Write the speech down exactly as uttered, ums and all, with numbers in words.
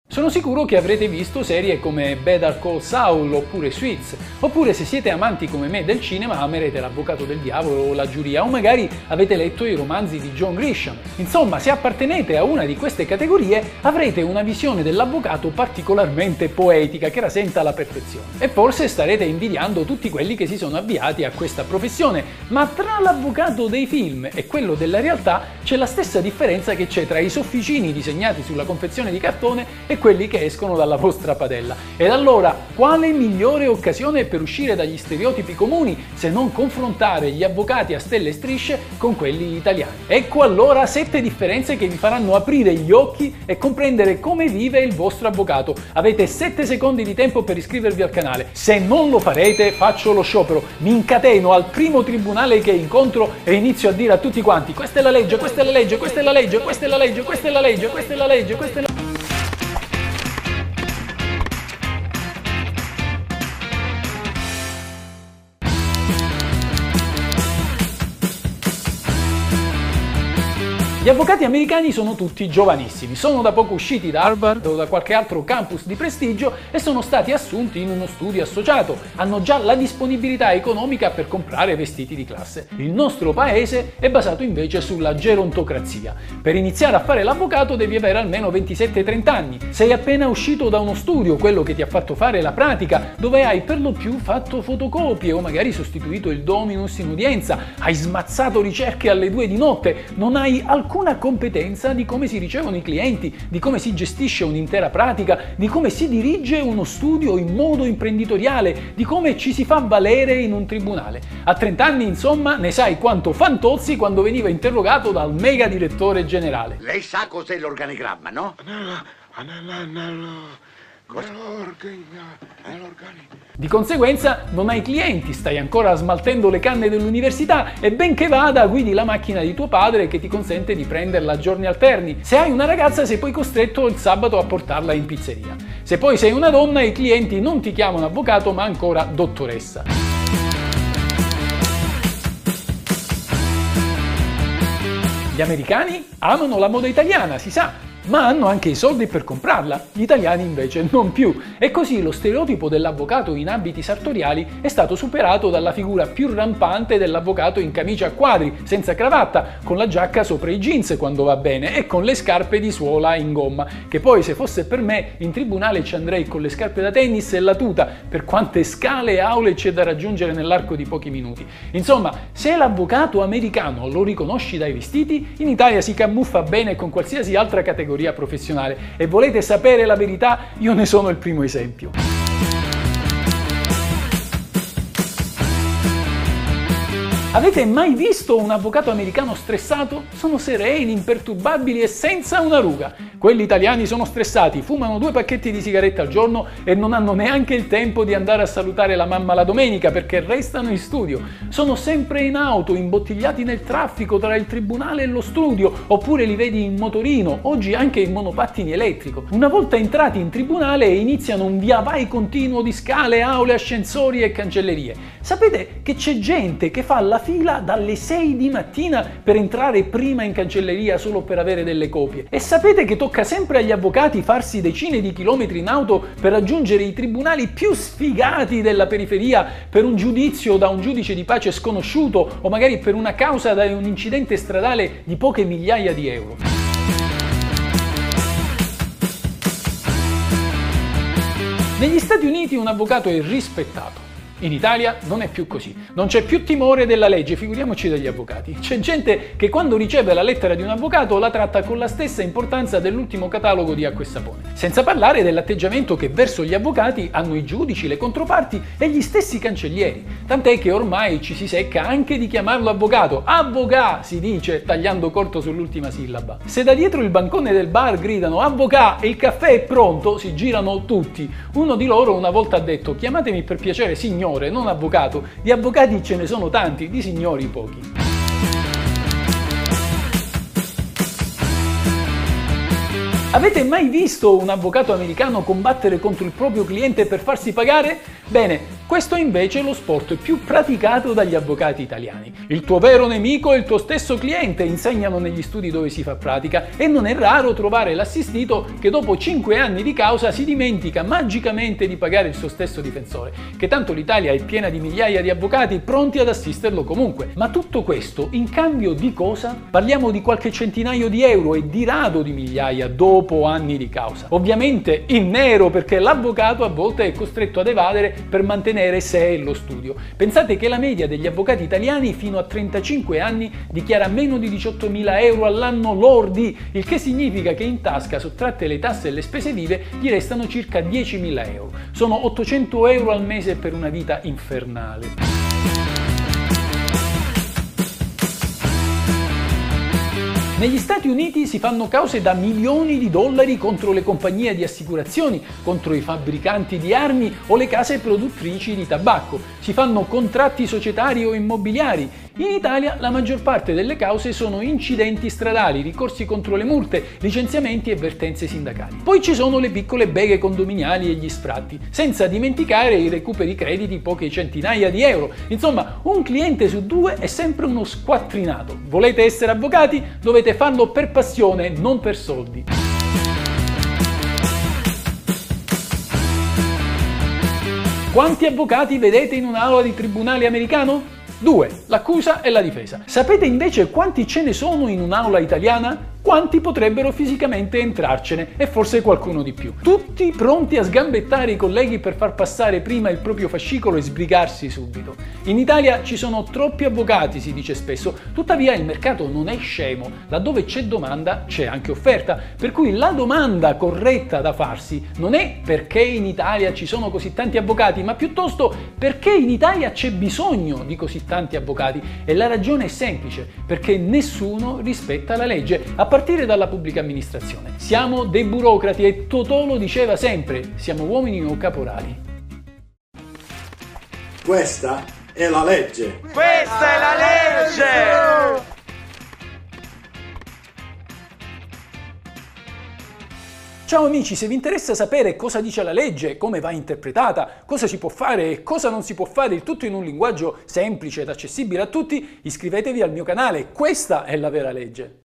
Sono sicuro che avrete visto serie come Better Call Saul oppure Suits, oppure se siete amanti come me del cinema amerete L'Avvocato del Diavolo o La Giuria, o magari avete letto i romanzi di John Grisham. Insomma, se appartenete a una di queste categorie avrete una visione dell'avvocato particolarmente poetica che rasenta alla perfezione. E forse starete invidiando tutti quelli che si sono avviati a questa professione, ma tra l'avvocato dei film e quello della realtà c'è la stessa differenza che c'è tra i sofficini disegnati sulla confezione di cartone e quelli che escono dalla vostra padella. Ed allora, quale migliore occasione per uscire dagli stereotipi comuni se non confrontare gli avvocati a stelle e strisce con quelli italiani? Ecco allora sette differenze che vi faranno aprire gli occhi e comprendere come vive il vostro avvocato. Avete sette secondi di tempo per iscrivervi al canale. Se non lo farete, faccio lo sciopero, mi incateno al primo tribunale che incontro e inizio a dire a tutti quanti: questa è la legge, questa è la legge, questa è la legge, questa è la legge, questa è la legge, questa è la legge, questa è la legge. Gli avvocati americani sono tutti giovanissimi, sono da poco usciti da Harvard o da qualche altro campus di prestigio e sono stati assunti in uno studio associato, hanno già la disponibilità economica per comprare vestiti di classe. Il nostro paese è basato invece sulla gerontocrazia. Per iniziare a fare l'avvocato devi avere almeno ventisette trenta anni, sei appena uscito da uno studio, quello che ti ha fatto fare la pratica, dove hai per lo più fatto fotocopie o magari sostituito il dominus in udienza, hai smazzato ricerche alle due di notte, non hai alcun alcuna competenza di come si ricevono i clienti, di come si gestisce un'intera pratica, di come si dirige uno studio in modo imprenditoriale, di come ci si fa valere in un tribunale. A trenta anni, insomma, ne sai quanto Fantozzi quando veniva interrogato dal mega direttore generale. Lei sa cos'è l'organigramma, no? Di conseguenza non hai clienti, stai ancora smaltendo le canne dell'università e benché vada guidi la macchina di tuo padre che ti consente di prenderla a giorni alterni. Se hai una ragazza sei poi costretto il sabato a portarla in pizzeria. Se poi sei una donna i clienti non ti chiamano avvocato ma ancora dottoressa. Gli americani amano la moda italiana, si sa, ma hanno anche i soldi per comprarla, gli italiani invece non più. E così lo stereotipo dell'avvocato in abiti sartoriali è stato superato dalla figura più rampante dell'avvocato in camicia a quadri, senza cravatta, con la giacca sopra i jeans quando va bene e con le scarpe di suola in gomma, che poi se fosse per me in tribunale ci andrei con le scarpe da tennis e la tuta, per quante scale e aule c'è da raggiungere nell'arco di pochi minuti. Insomma, se l'avvocato americano lo riconosci dai vestiti, in Italia si camuffa bene con qualsiasi altra categoria professionale e volete sapere la verità? Io ne sono il primo esempio. Avete mai visto un avvocato americano stressato? Sono sereni, imperturbabili e senza una ruga. Quelli italiani sono stressati, fumano due pacchetti di sigarette al giorno e non hanno neanche il tempo di andare a salutare la mamma la domenica perché restano in studio. Sono sempre in auto, imbottigliati nel traffico tra il tribunale e lo studio, oppure li vedi in motorino, oggi anche in monopattini elettrico. Una volta entrati in tribunale iniziano un via vai continuo di scale, aule, ascensori e cancellerie. Sapete che c'è gente che fa la fila dalle sei di mattina per entrare prima in cancelleria solo per avere delle copie? E sapete che tocca sempre agli avvocati farsi decine di chilometri in auto per raggiungere i tribunali più sfigati della periferia per un giudizio da un giudice di pace sconosciuto o magari per una causa da un incidente stradale di poche migliaia di euro? Negli Stati Uniti un avvocato è rispettato. In Italia non è più così, non c'è più timore della legge, figuriamoci degli avvocati. C'è gente che quando riceve la lettera di un avvocato la tratta con la stessa importanza dell'ultimo catalogo di acqua e sapone. Senza parlare dell'atteggiamento che verso gli avvocati hanno i giudici, le controparti e gli stessi cancellieri. Tant'è che ormai ci si secca anche di chiamarlo avvocato. Avvocà si dice, tagliando corto sull'ultima sillaba. Se da dietro il bancone del bar gridano avvocà e il caffè è pronto, si girano tutti. Uno di loro una volta ha detto: chiamatemi per piacere signore, non avvocato. Di avvocati ce ne sono tanti, di signori pochi. Avete mai visto un avvocato americano combattere contro il proprio cliente per farsi pagare? Bene, questo invece è lo sport più praticato dagli avvocati italiani. Il tuo vero nemico è il tuo stesso cliente, insegnano negli studi dove si fa pratica, e non è raro trovare l'assistito che dopo cinque anni di causa si dimentica magicamente di pagare il suo stesso difensore, che tanto l'Italia è piena di migliaia di avvocati pronti ad assisterlo comunque. Ma tutto questo in cambio di cosa? Parliamo di qualche centinaio di euro e di rado di migliaia dopo anni di causa. Ovviamente in nero, perché l'avvocato a volte è costretto ad evadere per mantenere sé e lo studio. Pensate che la media degli avvocati italiani fino a trentacinque anni dichiara meno di diciottomila euro all'anno lordi, il che significa che in tasca, sottratte le tasse e le spese vive, gli restano circa diecimila euro. Sono ottocento euro al mese per una vita infernale. Negli Stati Uniti si fanno cause da milioni di dollari contro le compagnie di assicurazioni, contro i fabbricanti di armi o le case produttrici di tabacco. Si fanno contratti societari o immobiliari. In Italia la maggior parte delle cause sono incidenti stradali, ricorsi contro le multe, licenziamenti e vertenze sindacali. Poi ci sono le piccole beghe condominiali e gli sfratti, senza dimenticare i recuperi crediti poche centinaia di euro. Insomma, un cliente su due è sempre uno squattrinato. Volete essere avvocati? Dovete farlo per passione, non per soldi. Quanti avvocati vedete in un'aula di tribunale americano? Due, l'accusa e la difesa. Sapete invece quanti ce ne sono in un'aula italiana? Quanti potrebbero fisicamente entrarcene, e forse qualcuno di più. Tutti pronti a sgambettare i colleghi per far passare prima il proprio fascicolo e sbrigarsi subito. In Italia ci sono troppi avvocati, si dice spesso, tuttavia il mercato non è scemo. Laddove c'è domanda c'è anche offerta, per cui la domanda corretta da farsi non è perché in Italia ci sono così tanti avvocati, ma piuttosto perché in Italia c'è bisogno di così tanti avvocati. E la ragione è semplice, perché nessuno rispetta la legge, a partire dalla pubblica amministrazione. Siamo dei burocrati e Totò lo diceva sempre, siamo uomini o caporali. Questa è la legge! Questa è la legge! Ciao amici, se vi interessa sapere cosa dice la legge, come va interpretata, cosa si può fare e cosa non si può fare, il tutto in un linguaggio semplice ed accessibile a tutti, iscrivetevi al mio canale, questa è la vera legge.